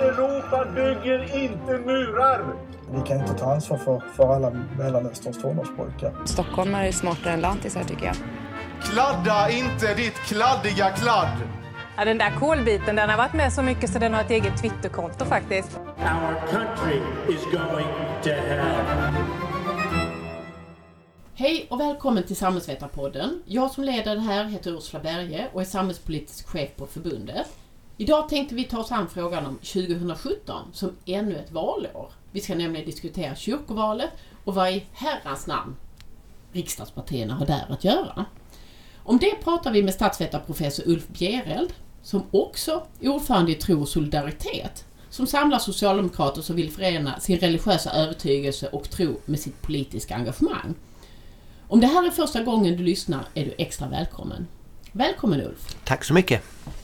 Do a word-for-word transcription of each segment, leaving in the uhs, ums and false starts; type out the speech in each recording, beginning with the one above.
Europa bygger inte murar. Vi kan inte ta ansvar för, för alla Mellanösterns tonårspojkar. Stockholm är smartare än lantisar tycker jag. Kladda inte ditt kladdiga kladd. Ja, den där kolbiten, den har varit med så mycket så den har ett eget Twitterkonto faktiskt. Our country is going to hell. Hej och välkommen till Samhällsvetarpodden. Jag som leder det här heter Ursula Berge och är samhällspolitisk chef på förbundet. Idag tänkte vi ta oss an frågan om tjugohundrasjutton som ännu ett valår. Vi ska nämligen diskutera kyrkovalet och vad i herrans namn riksdagspartierna har där att göra. Om det pratar vi med statsvetarprofessor Ulf Bjereld, som också är ordförande i Tro och Solidaritet, som samlar socialdemokrater som vill förena sin religiösa övertygelse och tro med sitt politiska engagemang. Om det här är första gången du lyssnar är du extra välkommen. Välkommen Ulf. Tack så mycket.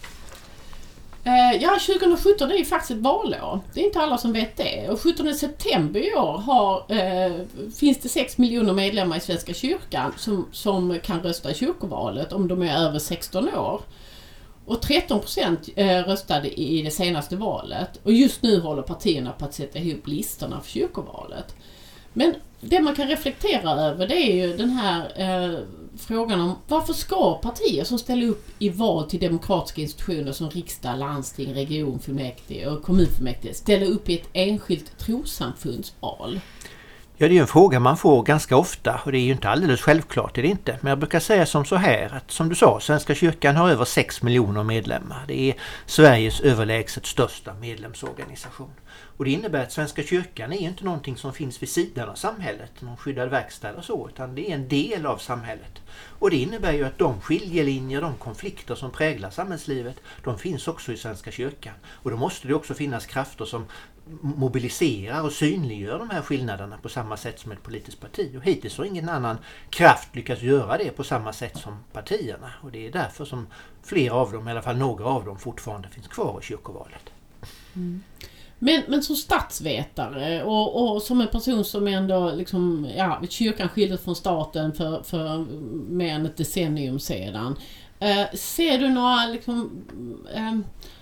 Ja, tjugohundrasjutton är ju faktiskt ett valår. Det är inte alla som vet det. Och sjuttonde september i år har, eh, finns det sex miljoner medlemmar i Svenska kyrkan som, som kan rösta i kyrkovalet om de är över sexton år. Och tretton procent eh, röstade i det senaste valet. Och just nu håller partierna på att sätta ihop listorna för kyrkovalet. Men det man kan reflektera över det är ju den här eh, frågan om varför ska partier som ställer upp i val till demokratiska institutioner som riksdag, landsting, regionfullmäktige och kommunfullmäktige ställa upp i ett enskilt trossamfundsval? Ja, det är ju en fråga man får ganska ofta och det är ju inte alldeles självklart, är det inte. Men jag brukar säga som så här att som du sa, Svenska kyrkan har över sex miljoner medlemmar. Det är Sveriges överlägset största medlemsorganisation. Och det innebär att Svenska kyrkan är ju inte någonting som finns vid sidan av samhället, någon skyddad verkstad eller så, utan det är en del av samhället. Och det innebär ju att de skiljelinjer, de konflikter som präglar samhällslivet, de finns också i Svenska kyrkan. Och då måste det också finnas krafter som mobiliserar och synliggör de här skillnaderna på samma sätt som ett politiskt parti. Och hittills har ingen annan kraft lyckats göra det på samma sätt som partierna. Och det är därför som flera av dem, i alla fall några av dem, fortfarande finns kvar i kyrkovalet. Mm. Men, men som statsvetare och, och som en person som ändå liksom, ja, kyrkan skildes från staten för, för mer än ett decennium sedan. Eh, ser du några liksom, eh,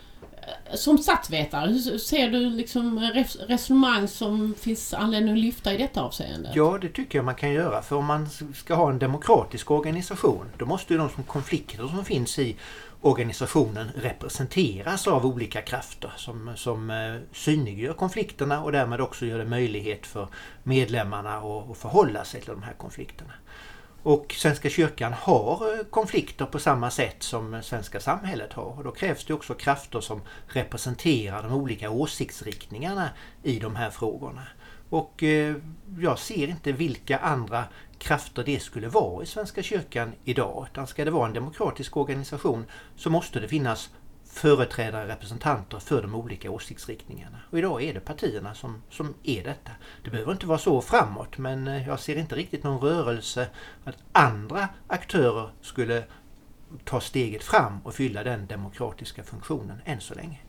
som statsvetare, ser du liksom resonemang som finns anledning att lyfta i detta avseende? Ja, det tycker jag man kan göra. För om man ska ha en demokratisk organisation, då måste ju de som konflikter som finns i organisationen representeras av olika krafter som, som eh, synliggör konflikterna och därmed också gör det möjlighet för medlemmarna att, att förhålla sig till de här konflikterna. Och Svenska kyrkan har konflikter på samma sätt som svenska samhället har. Och då krävs det också krafter som representerar de olika åsiktsriktningarna i de här frågorna. Och eh, jag ser inte vilka andra krafter det skulle vara i Svenska kyrkan idag. Utan ska det vara en demokratisk organisation så måste det finnas företrädare, representanter för de olika åsiktsriktningarna. Och idag är det partierna som, som är detta. Det behöver inte vara så framåt, men jag ser inte riktigt någon rörelse att andra aktörer skulle ta steget fram och fylla den demokratiska funktionen än så länge.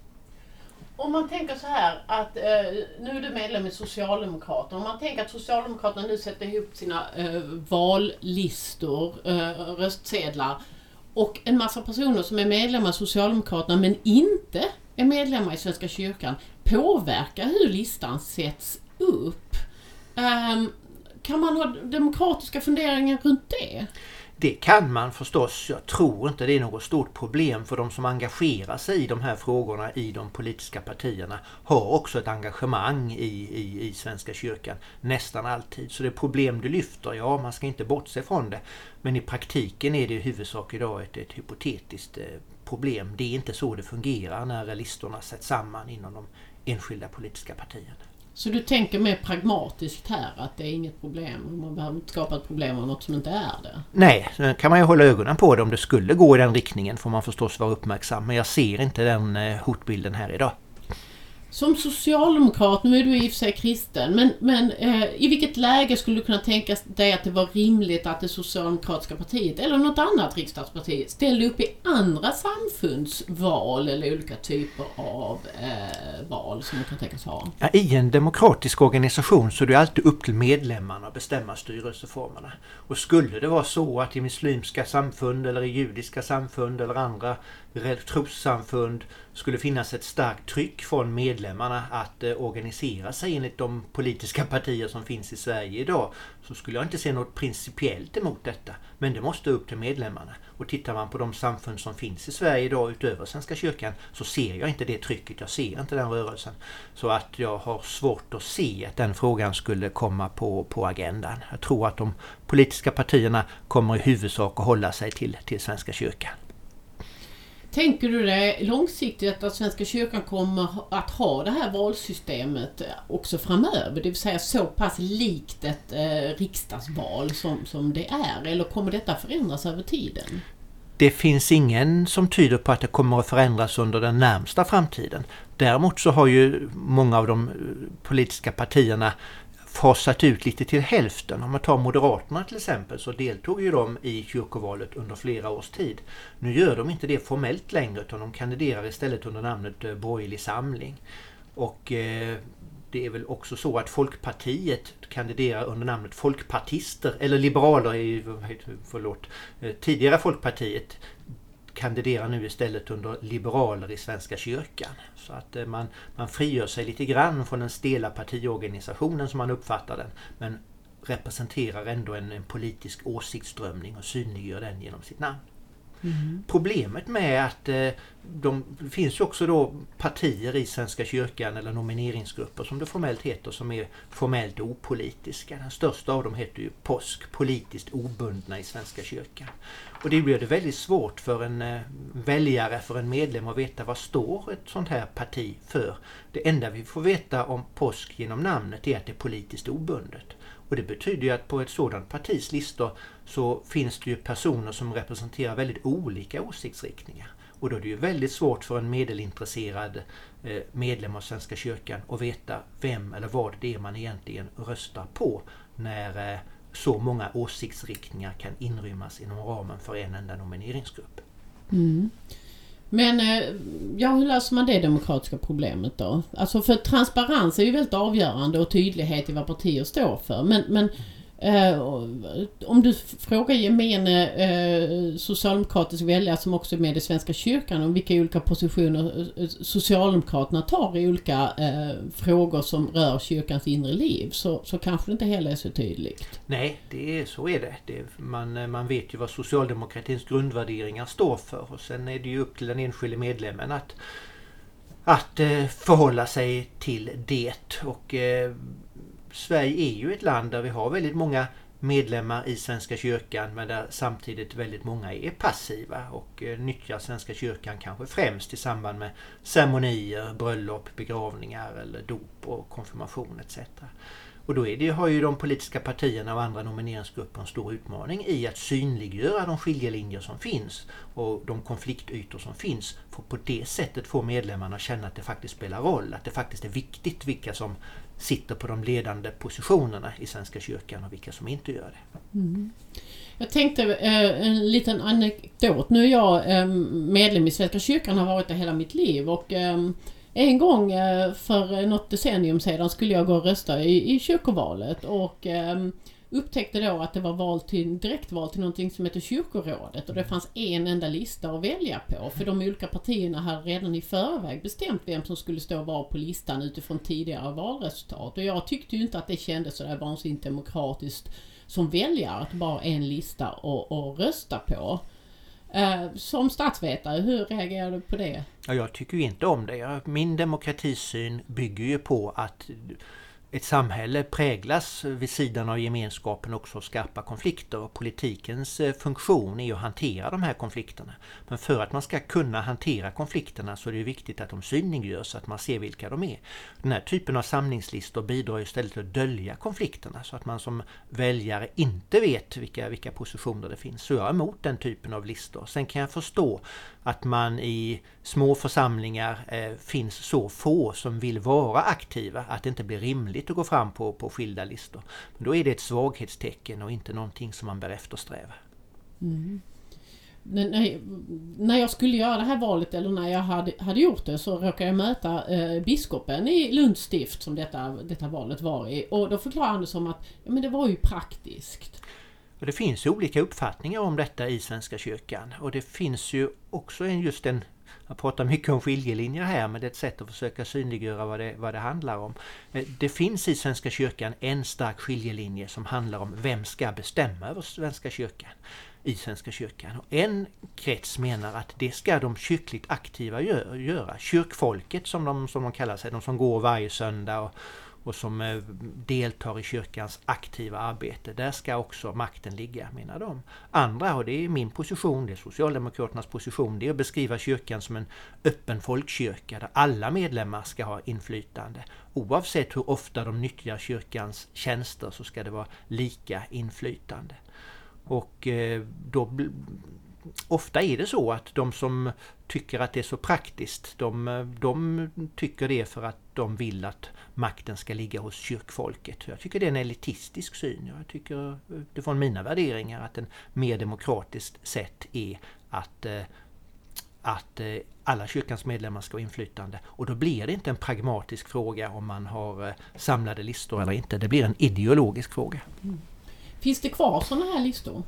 Om man tänker så här att eh, nu är du medlem i Socialdemokraterna. Om man tänker att Socialdemokraterna nu sätter ihop sina eh, vallistor, eh, röstsedlar och en massa personer som är medlemmar i Socialdemokraterna men inte är medlemmar i Svenska kyrkan påverkar hur listan sätts upp. Eh, kan man ha demokratiska funderingar runt det? Det kan man förstås. Jag tror inte det är något stort problem för de som engagerar sig i de här frågorna i de politiska partierna har också ett engagemang i, i, i Svenska kyrkan nästan alltid. Så det problem du lyfter, ja man ska inte bortse från det. Men i praktiken är det i huvudsak idag ett, ett hypotetiskt eh, problem. Det är inte så det fungerar när listorna sätts samman inom de enskilda politiska partierna. Så du tänker mer pragmatiskt här att det är inget problem, man behöver inte skapa ett problem av något som inte är det? Nej, så kan man ju hålla ögonen på det. Om det skulle gå i den riktningen får man förstås vara uppmärksam. Men jag ser inte den hotbilden här idag. Som socialdemokrat, nu är du i och för sig kristen, men, men eh, i vilket läge skulle du kunna tänka dig att det var rimligt att det socialdemokratiska partiet eller något annat riksdagsparti ställde upp i andra samfundsval eller olika typer av eh, val som man kan tänkas ha? Ja, i en demokratisk organisation så är det alltid upp till medlemmarna att bestämma styrelseformerna. Och skulle det vara så att i muslimska samfund eller i judiska samfund eller andra trossamfund skulle finnas ett starkt tryck från medlemmarna att eh, organisera sig enligt de politiska partier som finns i Sverige idag, så skulle jag inte se något principiellt emot detta. Men det måste upp till medlemmarna. Och tittar man på de samfund som finns i Sverige idag utöver Svenska kyrkan, så ser jag inte det trycket, jag ser inte den rörelsen. Så att jag har svårt att se att den frågan skulle komma på, på agendan. Jag tror att de politiska partierna kommer i huvudsak att hålla sig till, till Svenska kyrkan. Tänker du det långsiktigt att Svenska kyrkan kommer att ha det här valsystemet också framöver? Det vill säga så pass likt ett eh, riksdagsval som, som det är? Eller kommer detta förändras över tiden? Det finns ingen som tyder på att det kommer att förändras under den närmsta framtiden. Däremot så har ju många av de politiska partierna fasat ut lite till hälften. Om man tar Moderaterna till exempel, så deltog ju de i kyrkovalet under flera års tid. Nu gör de inte det formellt längre, utan de kandiderar istället under namnet Borgerlig samling. Och eh, det är väl också så att Folkpartiet kandiderar under namnet Folkpartister, eller liberaler i, förlåt, tidigare Folkpartiet kandiderar nu istället under liberaler i Svenska kyrkan. Så att man, man frigör sig lite grann från den stela partiorganisationen som man uppfattar den, men representerar ändå en, en politisk åsiktsströmning och synliggör den genom sitt namn. Mm. Problemet med att eh, de, det finns ju också då partier i Svenska kyrkan eller nomineringsgrupper som det formellt heter, som är formellt opolitiska. Den största av dem heter ju Påsk, politiskt obundna i Svenska kyrkan. Och det blir det väldigt svårt för en eh, väljare, för en medlem att veta vad står ett sånt här parti för. Det enda vi får veta om Påsk genom namnet är att det är politiskt obundet. Och det betyder ju att på ett sådant partis listor så finns det ju personer som representerar väldigt olika åsiktsriktningar. Och då är det ju väldigt svårt för en medelintresserad medlem av Svenska kyrkan att veta vem eller vad det är man egentligen röstar på, när så många åsiktsriktningar kan inrymmas inom ramen för en enda nomineringsgrupp. Mm. Men ja, hur löser man det demokratiska problemet då? Alltså för transparens är ju väldigt avgörande och tydlighet i vad partier står för. Men, men eh, om du frågar gemene eh, socialdemokratisk väljare som också är med i Svenska kyrkan om vilka olika positioner Socialdemokraterna tar i olika eh, frågor som rör kyrkans inre liv, så, så kanske det inte heller är så tydligt. Nej, det är, så är det. det man, man vet ju vad socialdemokratins grundvärderingar står för, och sen är det ju upp till den enskilde medlemmen att, att eh, förhålla sig till det. Och eh, Sverige är ju ett land där vi har väldigt många medlemmar i Svenska kyrkan, men där samtidigt väldigt många är passiva och eh, nyttjar Svenska kyrkan kanske främst i samband med ceremonier, bröllop, begravningar eller dop och konfirmation et cetera. Och då är det, har ju de politiska partierna och andra nomineringsgrupper en stor utmaning i att synliggöra de skiljelinjer som finns och de konfliktytor som finns, för på det sättet får medlemmarna känna att det faktiskt spelar roll, att det faktiskt är viktigt vilka som sitter på de ledande positionerna i Svenska kyrkan och vilka som inte gör det. Mm. Jag tänkte eh, en liten anekdot. Nu är jag eh, medlem i Svenska kyrkan, har varit det hela mitt liv, och eh, en gång eh, för något decennium sedan skulle jag gå och rösta i, i kyrkovalet, och eh, upptäckte då att det var val till, direktval till någonting som heter kyrkorådet, och det fanns en enda lista att välja på, för de olika partierna hade redan i förväg bestämt vem som skulle stå var på listan utifrån tidigare valresultat, och jag tyckte ju inte att det kändes så där vansinnigt demokratiskt som väljare att bara en lista och, och rösta på. Eh, som statsvetare, hur reagerar du på det? Ja, jag tycker ju inte om det. Min demokratisyn bygger ju på att ett samhälle präglas vid sidan av gemenskapen också av skarpa konflikter, och politikens funktion är att hantera de här konflikterna. Men för att man ska kunna hantera konflikterna så är det viktigt att de synliggörs, så att man ser vilka de är. Den här typen av samlingslistor bidrar istället att dölja konflikterna, så att man som väljare inte vet vilka, vilka positioner det finns. Så jag är emot den typen av listor. Sen kan jag förstå att man i små församlingar eh, finns så få som vill vara aktiva att det inte blir rimligt att gå fram på, på skilda listor. Men då är det ett svaghetstecken och inte någonting som man bör eftersträva. Mm. När, när jag skulle göra det här valet, eller när jag hade, hade gjort det, så råkade jag möta eh, biskopen i Lunds stift som detta, detta valet var i. Och då förklarade han det som att ja, men det var ju praktiskt. Och det finns ju olika uppfattningar om detta i Svenska kyrkan, och det finns ju också en, just en, Jag pratar mycket om skiljelinjer här, men det är ett sätt att försöka synliggöra vad det, vad det handlar om. Det finns i Svenska kyrkan en stark skiljelinje som handlar om vem ska bestämma över Svenska kyrkan. I Svenska kyrkan. Och en krets menar att det ska de kyrkligt aktiva göra. Kyrkfolket som de, som de kallar sig, de som går varje söndag och, och som eh, deltar i kyrkans aktiva arbete. Där ska också makten ligga, menar de. Andra, och det är min position, det är Socialdemokraternas position, det är att beskriva kyrkan som en öppen folkkyrka där alla medlemmar ska ha inflytande. Oavsett hur ofta de nyttjar kyrkans tjänster så ska det vara lika inflytande. Och då, ofta är det så att de som tycker att det är så praktiskt, de, de tycker det för att de vill att makten ska ligga hos kyrkfolket. Jag tycker det är en elitistisk syn. Jag tycker utifrån mina värderingar att en mer demokratiskt sätt är att, att alla kyrkans medlemmar ska ha inflytande. Och då blir det inte en pragmatisk fråga om man har samlade listor eller inte. Det blir en ideologisk fråga. Mm. Finns det kvar sådana här listor?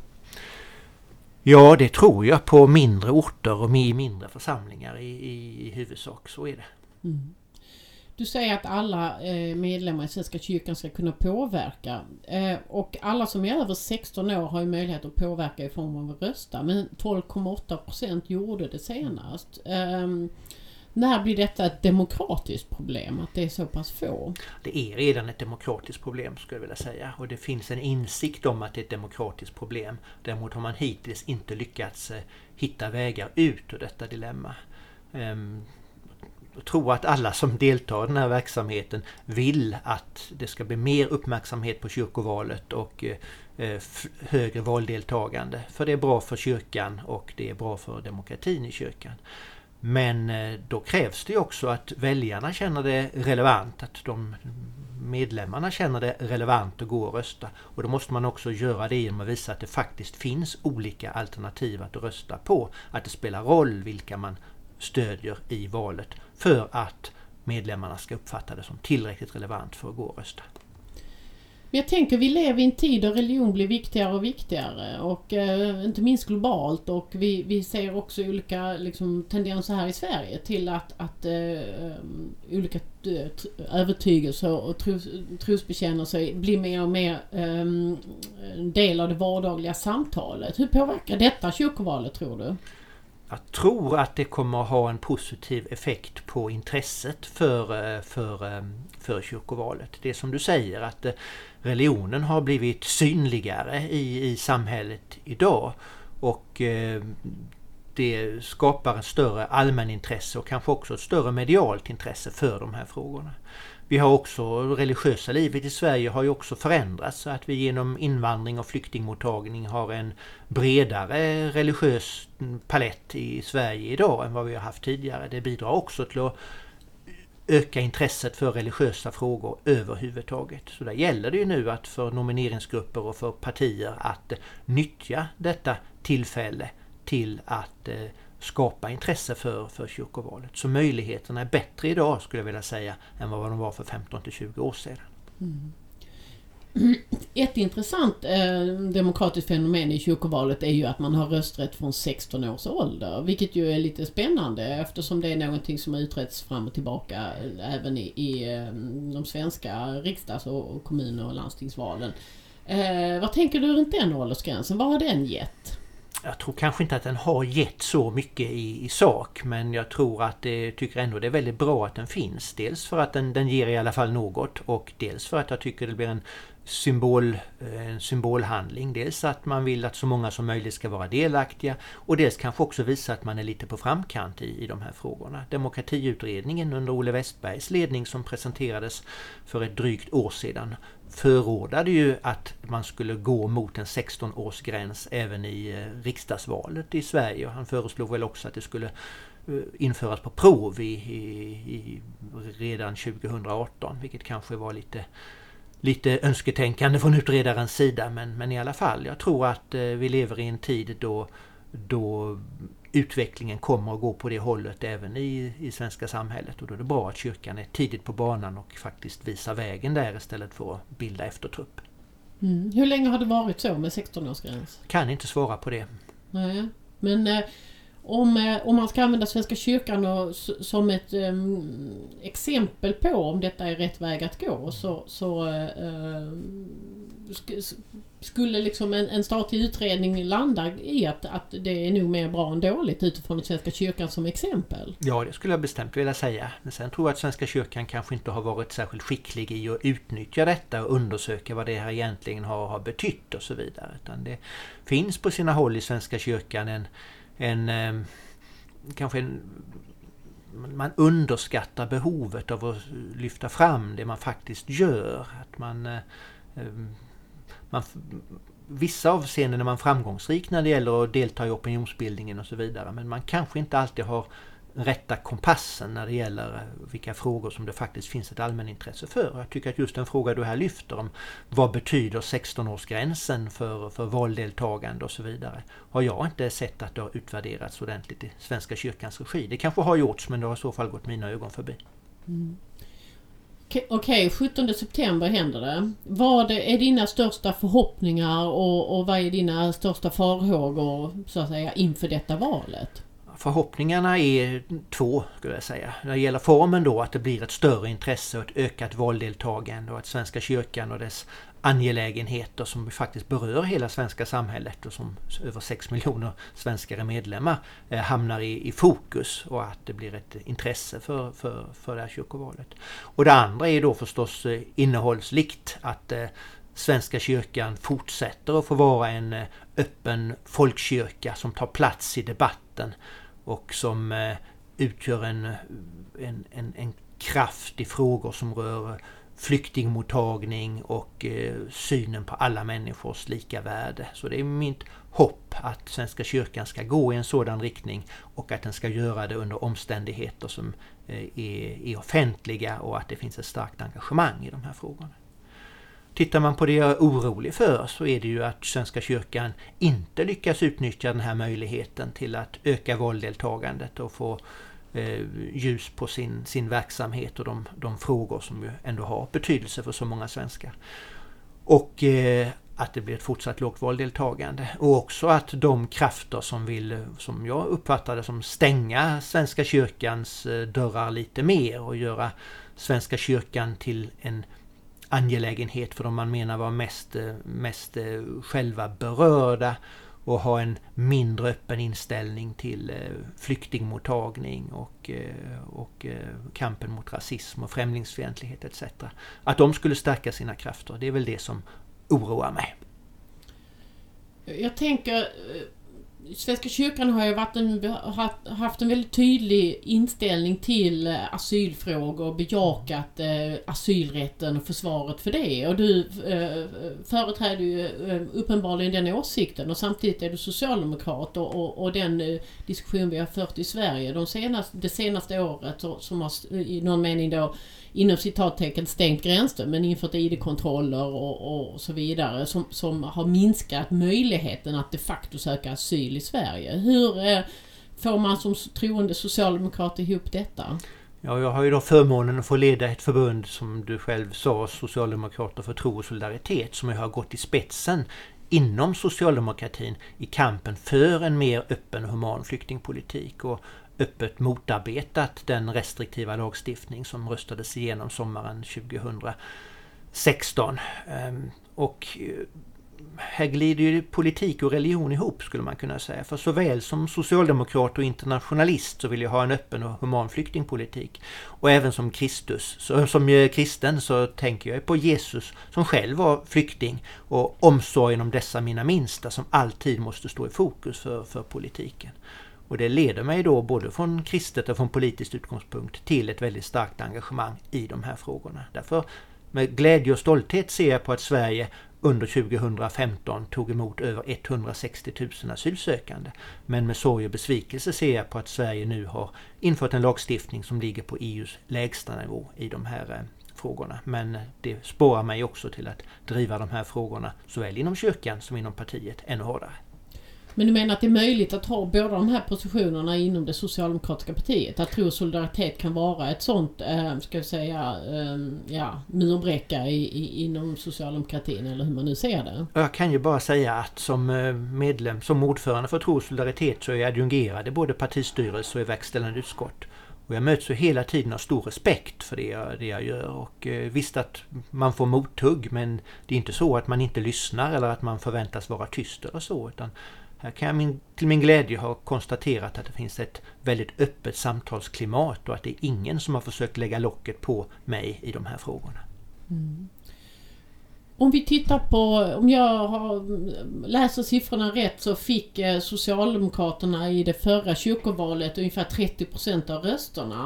Ja, det tror jag på mindre orter och i mindre församlingar i, i, i huvudsak. Så är det. Mm. Du säger att alla eh, medlemmar i Svenska kyrkan ska kunna påverka. Eh, och alla som är över sexton år har ju möjlighet att påverka i form av att rösta. Men tolv komma åtta procent gjorde det senast. Eh, När blir detta ett demokratiskt problem, att det är så pass få? Det är redan ett demokratiskt problem skulle jag vilja säga. Och det finns en insikt om att det är ett demokratiskt problem. Däremot har man hittills inte lyckats eh, hitta vägar ut ur detta dilemma. Um, jag tror att alla som deltar i den här verksamheten vill att det ska bli mer uppmärksamhet på kyrkovalet och eh, f- högre valdeltagande. För det är bra för kyrkan och det är bra för demokratin i kyrkan. Men då krävs det också att väljarna känner det relevant, att de medlemmarna känner det relevant att gå och rösta. Och då måste man också göra det genom att visa att det faktiskt finns olika alternativ att rösta på. Att det spelar roll vilka man stödjer i valet för att medlemmarna ska uppfatta det som tillräckligt relevant för att gå och rösta. Men jag tänker, vi lever i en tid där religion blir viktigare och viktigare och eh, inte minst globalt, och vi, vi ser också olika liksom, tendenser här i Sverige till att, att eh, olika t- övertygelser och tros, trosbekännelser blir mer och mer eh, en del av det vardagliga samtalet. Hur påverkar detta kyrkovalet, tror du? Jag tror att det kommer att ha en positiv effekt på intresset för, för, för kyrkovalet. Det är som du säger att religionen har blivit synligare i, i samhället idag och det skapar ett större allmänintresse och kanske också ett större medialt intresse för de här frågorna. Vi har också, religiösa livet i Sverige har ju också förändrats så att vi genom invandring och flyktingmottagning har en bredare religiös palett i Sverige idag än vad vi har haft tidigare. Det bidrar också till att öka intresset för religiösa frågor överhuvudtaget. Så där gäller det ju nu att för nomineringsgrupper och för partier att nyttja detta tillfälle till att eh, skapa intresse för, för kyrkovalet. Så möjligheterna är bättre idag skulle jag vilja säga än vad de var för femton till tjugo år sedan. Mm. Ett intressant eh, demokratiskt fenomen i kyrkovalet är ju att man har rösträtt från sexton års ålder, vilket ju är lite spännande eftersom det är någonting som har utretts fram och tillbaka även i, i eh, de svenska riksdags- och kommun- och landstingsvalen. Eh, vad tänker du runt den åldersgränsen? Vad har den gett? Jag tror kanske inte att den har gett så mycket i, i sak, men jag tror att det tycker ändå det är väldigt bra att den finns. Dels för att den, den ger i alla fall något och dels för att jag tycker det blir en, symbol, en symbolhandling. Dels att man vill att så många som möjligt ska vara delaktiga och dels kanske också visa att man är lite på framkant i, i de här frågorna. Demokratiutredningen under Olle Westbergs ledning som presenterades för ett drygt år sedan förordade ju att man skulle gå mot en sexton-årsgräns även i riksdagsvalet i Sverige. Han föreslog väl också att det skulle införas på prov i, i, i redan tjugohundraarton, vilket kanske var lite, lite önsketänkande från utredarens sida. Men, men i alla fall, jag tror att vi lever i en tid då, då utvecklingen kommer att gå på det hållet även i, i svenska samhället. Och då är det bra att kyrkan är tidigt på banan och faktiskt visar vägen där istället för att bilda eftertrupp. Mm. Hur länge har det varit så med sexton-årsgräns? Kan inte svara på det. Nej, men eh, om, om man ska använda Svenska kyrkan och, som ett um, exempel på om detta är rätt väg att gå, så, så uh, sk- skulle liksom en, en statlig utredning landa i att, att det är nog mer bra än dåligt utifrån Svenska kyrkan som exempel? Ja, det skulle jag bestämt vilja säga. Men sen tror jag att Svenska kyrkan kanske inte har varit särskilt skicklig i att utnyttja detta och undersöka vad det här egentligen har, har betytt och så vidare. Utan det finns på sina håll i Svenska kyrkan en, en eh, kanske en, man underskattar behovet av att lyfta fram det man faktiskt gör. Att man... Eh, Man, vissa avseenden är man framgångsrik när det gäller att delta i opinionsbildningen och så vidare, men man kanske inte alltid har rätta kompassen när det gäller vilka frågor som det faktiskt finns ett allmänintresse för. Jag tycker att just den fråga du här lyfter om vad betyder sexton-årsgränsen för, för valdeltagande och så vidare, har jag inte sett att det har utvärderats ordentligt i Svenska kyrkans regi. Det kanske har gjorts, men det har i så fall gått mina ögon förbi. Mm. Okej, okay, sjuttonde september händer det. Vad är dina största förhoppningar och, och vad är dina största farhågor så att säga inför detta valet? Förhoppningarna är två, skulle jag säga. När det gäller formen då, att det blir ett större intresse och ett ökat valdeltagande och att Svenska kyrkan och dess angelägenheter som faktiskt berör hela svenska samhället och som över sex miljoner svenskar är medlemmar eh, hamnar i, i fokus och att det blir ett intresse för, för, för det här kyrkovalet. Och det andra är då förstås eh, innehållslikt, att eh, Svenska kyrkan fortsätter att få vara en eh, öppen folkkyrka som tar plats i debatten och som eh, utgör en, en, en, en kraft i frågor som rör flyktingmottagning och eh, synen på alla människors lika värde. Så det är mitt hopp att Svenska kyrkan ska gå i en sådan riktning och att den ska göra det under omständigheter som eh, är, är offentliga och att det finns ett starkt engagemang i de här frågorna. Tittar man på det jag är orolig för, så är det ju att Svenska kyrkan inte lyckas utnyttja den här möjligheten till att öka valdeltagandet och få eh, ljus på sin, sin verksamhet och de, de frågor som ju ändå har betydelse för så många svenskar. Och eh, att det blir ett fortsatt lågt valdeltagande. Och också att de krafter som vill, som jag uppfattar det, som stänga Svenska kyrkans dörrar lite mer och göra Svenska kyrkan till en angelägenhet för de man menar var mest, mest själva berörda och ha en mindre öppen inställning till flyktingmottagning och, och kampen mot rasism och främlingsfientlighet et cetera. Att de skulle stärka sina krafter, det är väl det som oroar mig. Jag tänker, Svenska kyrkan har ju varit en, haft en väldigt tydlig inställning till asylfrågor och bejakat eh, asylrätten och försvaret för det. Och du eh, företräder ju eh, uppenbarligen den åsikten och samtidigt är du socialdemokrat och, och, och den eh, diskussion vi har fört i Sverige de senaste, det senaste året som har i någon mening då inom citattecken stängt gränser men infört I D-kontroller och, och så vidare som, som har minskat möjligheten att de facto söka asyl i Sverige. Hur eh, får man som troende socialdemokrat ihop detta? Ja, jag har ju då förmånen att få leda ett förbund som du själv sa, Socialdemokrater för tro och solidaritet, som jag har gått i spetsen inom socialdemokratin i kampen för en mer öppen och human flyktingpolitik och öppet motarbetat den restriktiva lagstiftning som röstades igenom sommaren tjugohundrasexton. Och här glider ju politik och religion ihop, skulle man kunna säga. För såväl som socialdemokrat och internationalist så vill jag ha en öppen och human flyktingpolitik. Och även som Kristus, så, som kristen så tänker jag på Jesus som själv var flykting och omsorgen om dessa mina minsta som alltid måste stå i fokus för, för politiken. Och det leder mig då både från kristet och från politisk utgångspunkt till ett väldigt starkt engagemang i de här frågorna. Därför med glädje och stolthet ser jag på att Sverige under tjugohundrafemton tog emot över etthundrasextio tusen asylsökande. Men med sorg och besvikelse ser jag på att Sverige nu har infört en lagstiftning som ligger på E U:s lägsta nivå i de här eh, frågorna. Men det spårar mig också till att driva de här frågorna såväl inom kyrkan som inom partiet ännu hårdare. Men du menar att det är möjligt att ha båda de här positionerna inom det socialdemokratiska partiet? Att tro och solidaritet kan vara ett sånt, äh, ska jag säga, äh, ja, murbräcka i, i, inom socialdemokratin, eller hur man nu ser det? Jag kan ju bara säga att som medlem, som ordförande för tro och solidaritet så är jag adjungerad i både partistyrelse och i verkställande utskott. Och jag möts ju hela tiden av stor respekt för det jag, det jag gör. Och eh, visst att man får mothugg, men det är inte så att man inte lyssnar eller att man förväntas vara tyst eller så. Utan här kan jag min, till min glädje ha konstaterat att det finns ett väldigt öppet samtalsklimat och att det är ingen som har försökt lägga locket på mig i de här frågorna. Mm. Om vi tittar på, om jag har läser siffrorna rätt, så fick Socialdemokraterna i det förra kyrkovalet ungefär trettio procent av rösterna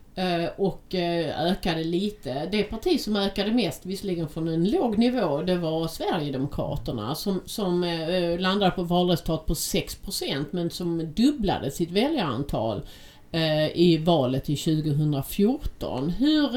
och ökade lite. Det parti som ökade mest, visserligen från en låg nivå, det var Sverigedemokraterna som, som landade på valresultat på sex procent, men som dubblade sitt väljarantal i valet i tjugohundrafjorton. Hur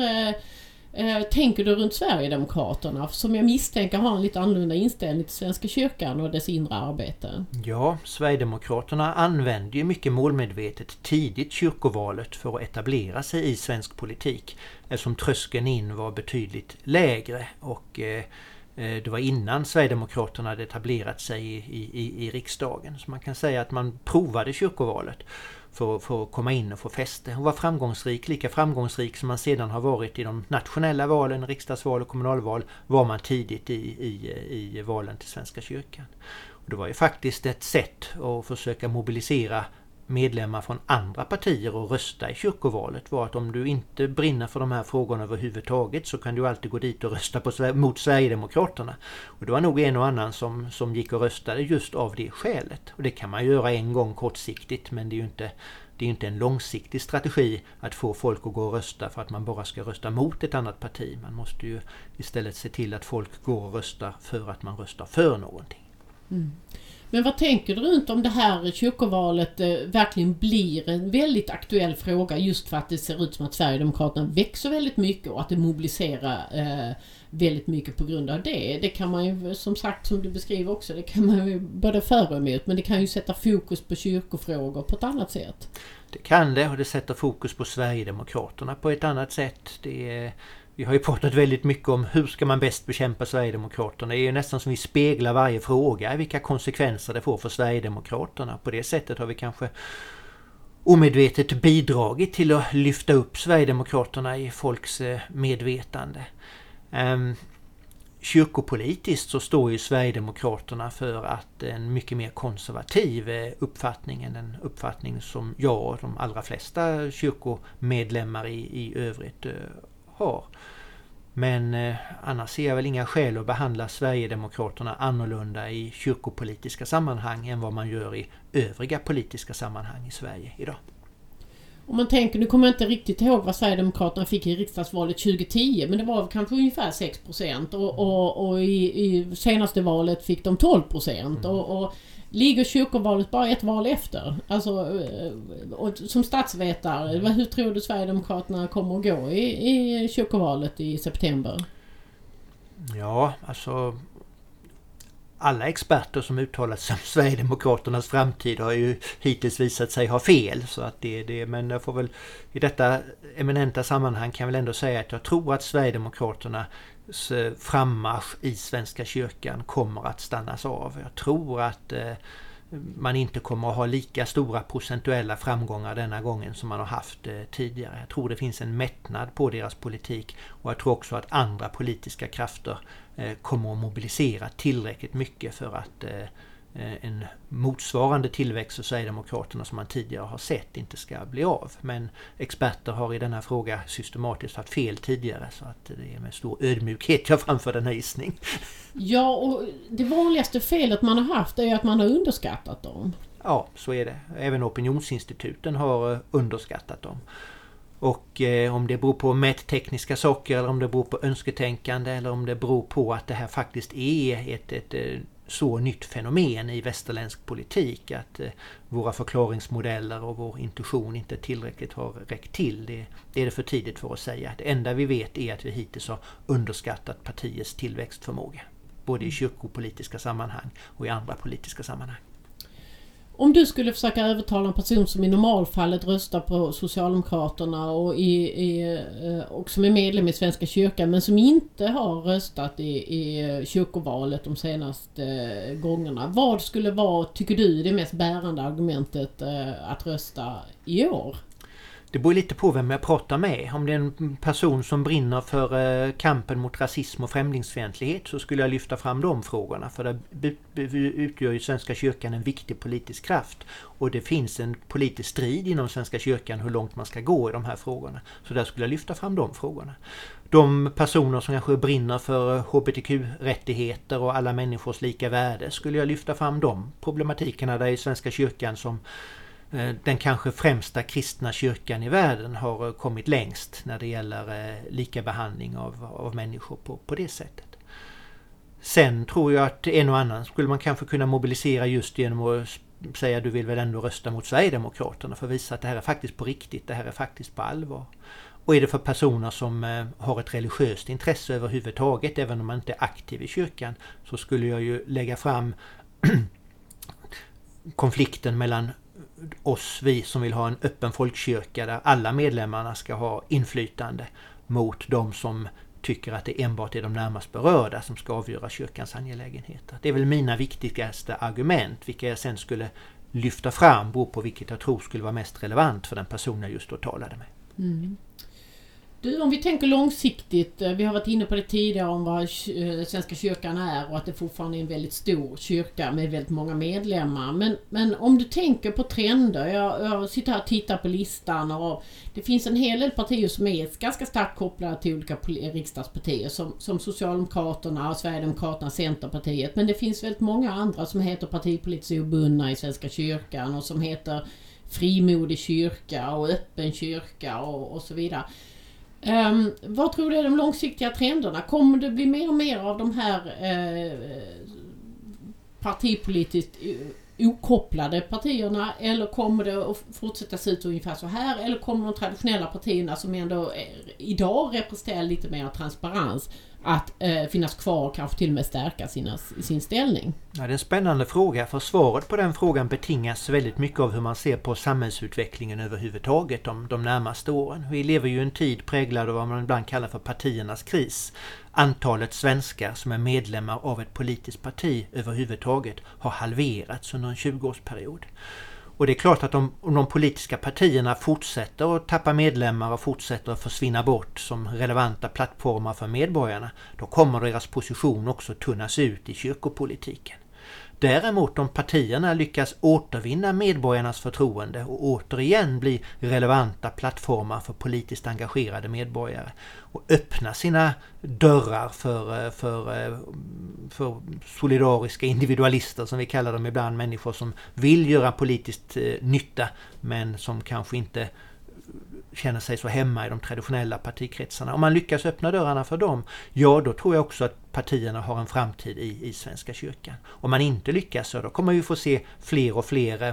Eh, tänker du runt Sverigedemokraterna, som jag misstänker har en lite annorlunda inställning till Svenska kyrkan och dess inre arbete? Ja, Sverigedemokraterna använde ju mycket målmedvetet tidigt kyrkovalet för att etablera sig i svensk politik, eftersom tröskeln in var betydligt lägre och eh, det var innan Sverigedemokraterna hade etablerat sig i, i, i riksdagen. Så man kan säga att man provade kyrkovalet för, för att komma in och få fäste. Och var framgångsrik, lika framgångsrik som man sedan har varit i de nationella valen, riksdagsval och kommunalval, var man tidigt i, i, i valen till Svenska kyrkan. Och det var ju faktiskt ett sätt att försöka mobilisera medlemmar från andra partier och rösta i kyrkovalet, var att om du inte brinner för de här frågorna överhuvudtaget så kan du alltid gå dit och rösta på, mot Sverigedemokraterna. Och det var nog en och annan som, som gick och röstade just av det skälet. Och det kan man göra en gång kortsiktigt, men det är ju inte, det är inte en långsiktig strategi att få folk att gå och rösta för att man bara ska rösta mot ett annat parti. Man måste ju istället se till att folk går och röstar för att man röstar för någonting. Mm. Men vad tänker du runt om det här kyrkovalet eh, verkligen blir en väldigt aktuell fråga, just för att det ser ut som att Sverigedemokraterna växer väldigt mycket och att det mobiliserar eh, väldigt mycket på grund av det. Det kan man ju, som sagt, som du beskriver också, det kan man ju både för och emot, men det kan ju sätta fokus på kyrkofrågor på ett annat sätt. Det kan det, och det sätter fokus på Sverigedemokraterna på ett annat sätt. Det är... Vi har ju pratat väldigt mycket om hur ska man bäst bekämpa Sverigedemokraterna. Det är ju nästan som vi speglar varje fråga, vilka konsekvenser det får för Sverigedemokraterna. På det sättet har vi kanske omedvetet bidragit till att lyfta upp Sverigedemokraterna i folks medvetande. Um, kyrkopolitiskt så står ju Sverigedemokraterna för att en mycket mer konservativ uppfattning än en uppfattning som jag och de allra flesta kyrkomedlemmar i, i övrigt har. Men eh, annars ser jag väl inga skäl att behandla Sverigedemokraterna annorlunda i kyrkopolitiska sammanhang än vad man gör i övriga politiska sammanhang i Sverige idag. Om man tänker, nu kommer jag inte riktigt ihåg vad Sverigedemokraterna fick i riksdagsvalet tjugohundratio, men det var kanske ungefär sex procent och, och, och i, i senaste valet fick de tolv procent mm. och, och ligger kyrkovalet bara ett val efter? Alltså, och som statsvetare, hur tror du Sverigedemokraterna kommer att gå i, i kyrkovalet i september? Ja, alltså alla experter som uttalat sig om Sverigedemokraternas framtid har ju hittills visat sig ha fel. Så att det är det, men jag får väl i detta eminenta sammanhang kan jag väl ändå säga att jag tror att Sverigedemokraternas frammarsch i Svenska kyrkan kommer att stannas av. Jag tror att eh, man inte kommer att ha lika stora procentuella framgångar denna gången som man har haft eh, tidigare. Jag tror det finns en mättnad på deras politik, och jag tror också att andra politiska krafter eh, kommer att mobilisera tillräckligt mycket för att eh, en motsvarande tillväxt för Sverigedemokraterna som man tidigare har sett inte ska bli av. Men experter har i denna fråga systematiskt haft fel tidigare, så att det är med stor ödmjukhet jag framför den här gissning. Ja, och det vanligaste felet man har haft är att man har underskattat dem. Ja, så är det. Även opinionsinstituten har underskattat dem. Och eh, om det beror på mättekniska saker, eller om det beror på önsketänkande, eller om det beror på att det här faktiskt är ett, ett, ett så nytt fenomen i västerländsk politik att eh, våra förklaringsmodeller och vår intuition inte tillräckligt har räckt till. Det, det är det för tidigt för att säga. Det enda vi vet är att vi hittills har underskattat partiets tillväxtförmåga. Både i kyrkopolitiska sammanhang och i andra politiska sammanhang. om du skulle försöka övertala en person som i normalfallet röstar på Socialdemokraterna och, i, i, och som är medlem i Svenska kyrkan men som inte har röstat i, i kyrkovalet de senaste gångerna. Vad skulle vara, tycker du, det mest bärande argumentet att rösta i år? Det beror lite på vem jag pratar med. Om det är en person som brinner för kampen mot rasism och främlingsfientlighet så skulle jag lyfta fram de frågorna. För där utgör ju Svenska kyrkan en viktig politisk kraft. Och det finns en politisk strid inom Svenska kyrkan hur långt man ska gå i de här frågorna. Så där skulle jag lyfta fram de frågorna. De personer som kanske brinner för H B T Q-rättigheter och alla människors lika värde skulle jag lyfta fram de problematikerna där i Svenska kyrkan som den kanske främsta kristna kyrkan i världen har kommit längst när det gäller lika behandling av, av människor på, på det sättet. Sen tror jag att en och annan skulle man kanske kunna mobilisera just genom att säga att du vill väl ändå rösta mot Sverigedemokraterna för att visa att det här är faktiskt på riktigt, det här är faktiskt på allvar. Och är det för personer som har ett religiöst intresse överhuvudtaget, även om man inte är aktiv i kyrkan, så skulle jag ju lägga fram konflikten mellan oss, vi som vill ha en öppen folkkyrka där alla medlemmarna ska ha inflytande mot de som tycker att det enbart är de närmast berörda som ska avgöra kyrkans angelägenheter. Det är väl mina viktigaste argument, vilka jag sen skulle lyfta fram beror på vilket jag tror skulle vara mest relevant för den person jag just då talade med. Mm. Du, om vi tänker långsiktigt, vi har varit inne på det tidigare om vad Svenska kyrkan är och att det fortfarande är en väldigt stor kyrka med väldigt många medlemmar. Men, men om du tänker på trender, jag, jag sitter här och tittar på listan och det finns en hel del partier som är ganska starkt kopplade till olika riksdagspartier som, som Socialdemokraterna, Sverigedemokraterna, Centerpartiet. Men det finns väldigt många andra som heter partipolitiskt obundna i Svenska kyrkan och som heter frimodig kyrka och öppen kyrka och, och så vidare. Um, vad tror du är de långsiktiga trenderna? Kommer det bli mer och mer av de här eh, partipolitiskt okopplade partierna, eller kommer det att fortsätta se ut ungefär så här, eller kommer de traditionella partierna som ändå är, idag representerar lite mer transparens att eh, finnas kvar och kanske till och med stärka sina, sin ställning? Ja, det är en spännande fråga, för svaret på den frågan betingas väldigt mycket av hur man ser på samhällsutvecklingen överhuvudtaget de, de närmaste åren. Vi lever ju i en tid präglad av vad man ibland kallar för partiernas kris. Antalet svenskar som är medlemmar av ett politiskt parti överhuvudtaget har halverats under en tjugoårsperiod. Och det är klart att om, om de politiska partierna fortsätter att tappa medlemmar och fortsätter att försvinna bort som relevanta plattformar för medborgarna, då kommer deras position också tunnas ut i kyrkopolitiken. Däremot om partierna lyckas återvinna medborgarnas förtroende och återigen bli relevanta plattformar för politiskt engagerade medborgare och öppna sina dörrar för, för, för solidariska individualister som vi kallar dem ibland, människor som vill göra politiskt nytta men som kanske inte känner sig så hemma i de traditionella partikretsarna. Om man lyckas öppna dörrarna för dem, ja då tror jag också att partierna har en framtid i, i Svenska kyrkan. Om man inte lyckas så då kommer vi få se fler och fler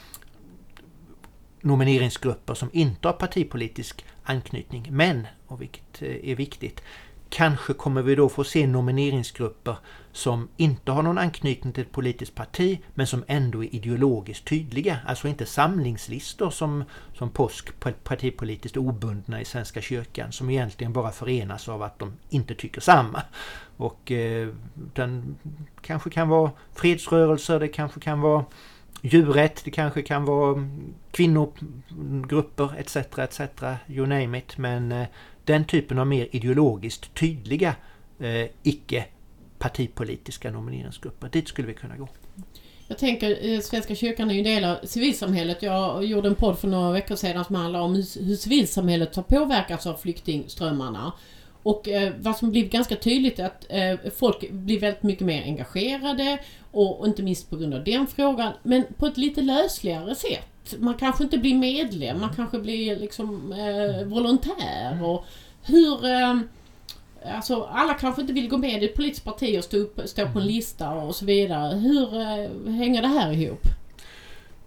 nomineringsgrupper som inte har partipolitisk anknytning. Men, och vilket är viktigt, kanske kommer vi då få se nomineringsgrupper som inte har någon anknytning till ett politiskt parti men som ändå är ideologiskt tydliga. Alltså inte samlingslistor som, som påsk partipolitiskt obundna i Svenska kyrkan som egentligen bara förenas av att de inte tycker samma. Och eh, den kanske kan vara fredsrörelser, det kanske kan vara djurrätt, det kanske kan vara kvinnogrupper et cetera et cetera, you name it. Men eh, den typen av mer ideologiskt tydliga eh, icke partipolitiska nomineringsgrupper, dit skulle vi kunna gå. Jag tänker, Svenska kyrkan är ju en del av civilsamhället. Jag gjorde en podd för några veckor sedan som handlar om hur, hur civilsamhället har påverkats av flyktingströmmarna. Och eh, vad som blir ganska tydligt är att eh, folk blir väldigt mycket mer engagerade och, och inte minst på grund av den frågan, men på ett lite lösligare sätt. Man kanske inte blir medlem, man kanske blir liksom eh, volontär och hur... Eh, Alltså, alla kanske inte vill gå med i ett politiskt parti och stå, upp, stå på en lista och så vidare. Hur eh, hänger det här ihop?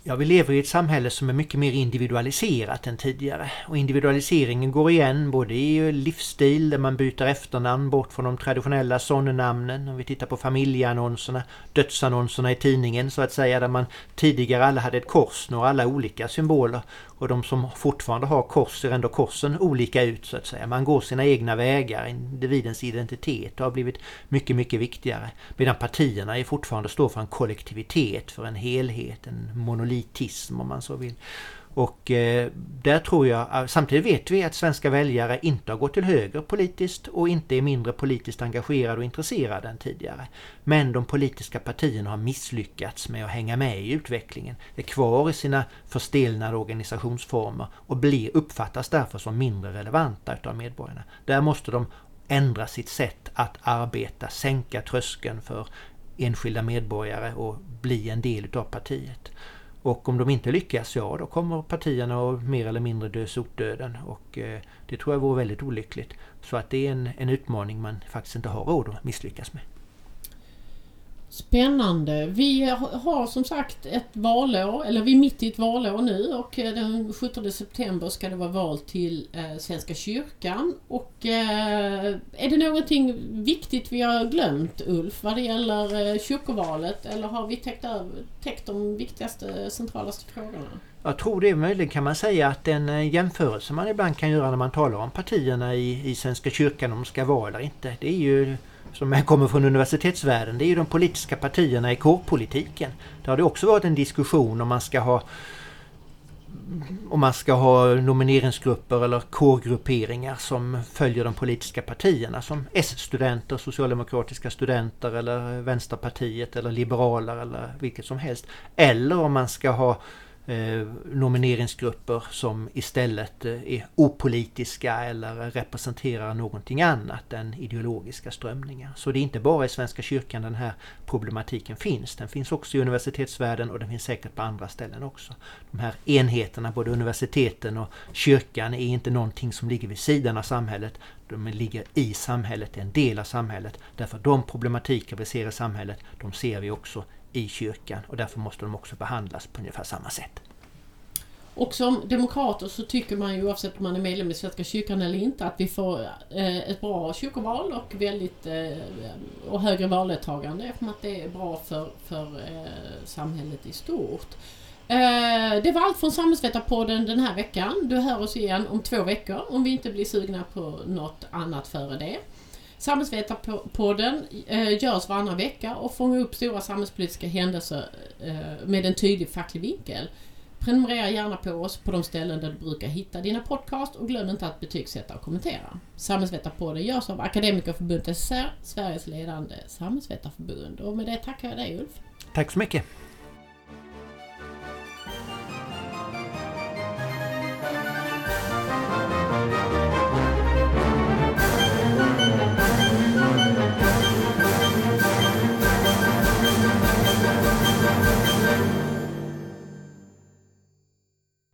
Ja, vi lever i ett samhälle som är mycket mer individualiserat än tidigare. Och individualiseringen går igen både i livsstil där man byter efternamn bort från de traditionella sonnamnen. Om vi tittar på familjeannonserna, dödsannonserna i tidningen så att säga, där man tidigare alla hade ett kors, några alla olika symboler. Och de som fortfarande har kors ser ändå korsen olika ut så att säga. Man går sina egna vägar, individens identitet har blivit mycket, mycket viktigare. Medan partierna är fortfarande står för en kollektivitet, för en helhet, en monolitism om man så vill. Och eh, där tror jag, samtidigt vet vi att svenska väljare inte har gått till höger politiskt och inte är mindre politiskt engagerade och intresserade än tidigare. Men de politiska partierna har misslyckats med att hänga med i utvecklingen, är kvar i sina förstelnade organisationsformer och blir, uppfattas därför som mindre relevanta utav medborgarna. Där måste de ändra sitt sätt att arbeta, sänka tröskeln för enskilda medborgare och bli en del utav partiet. Och om de inte lyckas, ja då kommer partierna att mer eller mindre dö sotdöden och eh, det tror jag vore väldigt olyckligt. Så att det är en, en utmaning man faktiskt inte har råd att misslyckas med. Spännande. Vi har som sagt ett valår, eller vi är mitt i ett valår nu och den sjuttonde september ska det vara val till eh, Svenska kyrkan. Och eh, är det någonting viktigt vi har glömt, Ulf, vad det gäller eh, kyrkovalet, eller har vi täckt, över, täckt de viktigaste, centralaste frågorna? Jag tror det är möjligt, kan man säga att en jämförelse man ibland kan göra när man talar om partierna i, i Svenska kyrkan, om de ska vara eller inte, det är ju, som kommer från universitetsvärlden, det är ju de politiska partierna i kårpolitiken. Där har det också varit en diskussion om man ska ha om man ska ha nomineringsgrupper eller kårgrupperingar som följer de politiska partierna, som S-studenter, socialdemokratiska studenter eller Vänsterpartiet eller liberaler eller vilket som helst. Eller om man ska ha Eh, nomineringsgrupper som istället eh, är opolitiska eller representerar någonting annat än ideologiska strömningar. Så det är inte bara i Svenska kyrkan den här problematiken finns. Den finns också i universitetsvärlden och den finns säkert på andra ställen också. De här enheterna, både universiteten och kyrkan, är inte någonting som ligger vid sidan av samhället. De ligger i samhället, är en del av samhället. Därför de problematiker vi ser i samhället, de ser vi också i kyrkan och därför måste de också behandlas på ungefär samma sätt. Och som demokrater så tycker man ju, oavsett om man är medlem i Svenska kyrkan eller inte, att vi får eh, ett bra kyrkoval och väldigt eh, och högre valdeltagande, eftersom att det är bra för, för eh, samhället i stort. Eh, det var allt från Samhällsvetarpodden den här veckan. Du hör oss igen om två veckor om vi inte blir sugna på något annat före det. Samhällsvetarpodden eh, görs varannan vecka och fångar upp stora samhällspolitiska händelser eh, med en tydlig facklig vinkel. Prenumerera gärna på oss på de ställen där du brukar hitta dina podcast och glöm inte att betygsätta och kommentera. Samhällsvetarpodden görs av Akademikerförbundet S S R, Sveriges ledande samhällsvetarförbund. Och med det tackar jag dig, Ulf. Tack så mycket.